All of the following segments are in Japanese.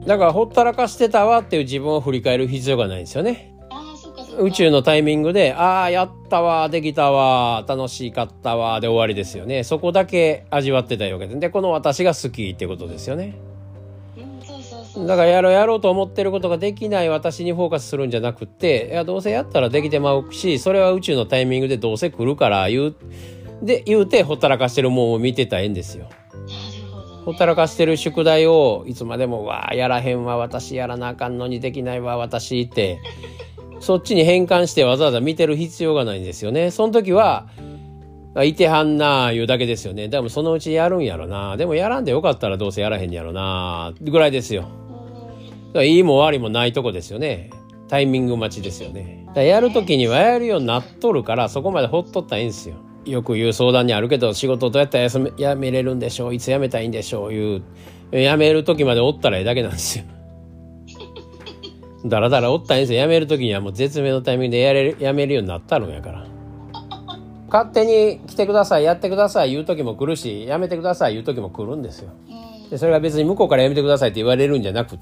だからほったらかしてたわっていう自分を振り返る必要がないんですよね。 そうかそうか。 宇宙のタイミングでやったわ、できたわ、楽しかったわで終わりですよね。そこだけ味わってたわけで、この私が好きってことですよね。 そうだからやろうと思ってることができない私にフォーカスするんじゃなくって、どうせやったらできてまうし、それは宇宙のタイミングでどうせ来るから言うてほったらかしてるもんを見てたらええんですよ。ほったらかしてる宿題をいつまでもやらへんわ、私やらなあかんのにできないわ私ってそっちに変換してわざわざ見てる必要がないんですよね。その時はいてはんなーいうだけですよね。でもそのうちやるんやろな、でもやらんでよかったらどうせやらへんやろなぐらいですよ。いいも悪いもないとこですよね。タイミング待ちですよね。だからやる時にはやるようになっとるから、そこまでほっとったらいいんですよ。よく言う相談にあるけど、仕事どうやったらやめれるんでしょう、いつやめたいんでしょうやめる時までおったらええだけなんですよ。だらだらおったらいいんですよ。やめる時にはもう絶妙のタイミングでやめるようになったのやから。勝手に来てください、やってください言う時も来るし、やめてください言う時も来るんですよ。でそれが別に向こうからやめてくださいって言われるんじゃなくって、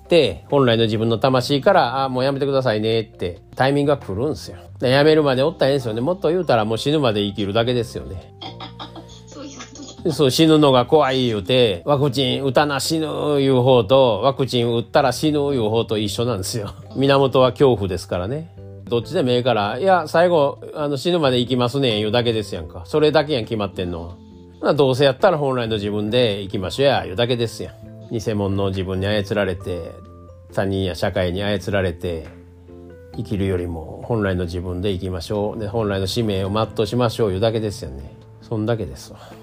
本来の自分の魂からもうやめてくださいねってタイミングが来るんですよ。でやめるまでおったらええんですよね。もっと言うたらもう死ぬまで生きるだけですよね。 そういうことだ。 そう、死ぬのが怖い言うて、ワクチン打たな死ぬ言う方と、ワクチン打ったら死ぬ言う方と一緒なんですよ。源は恐怖ですからね。どっちでもええから、最後死ぬまで生きますね言うだけですやんか。それだけやん決まってんのは。どうせやったら本来の自分で生きましょうや言うだけですやん。偽物の自分に操られて、他人や社会に操られて生きるよりも本来の自分で生きましょう。で本来の使命を全うしましょういうだけですよね。そんだけですわ。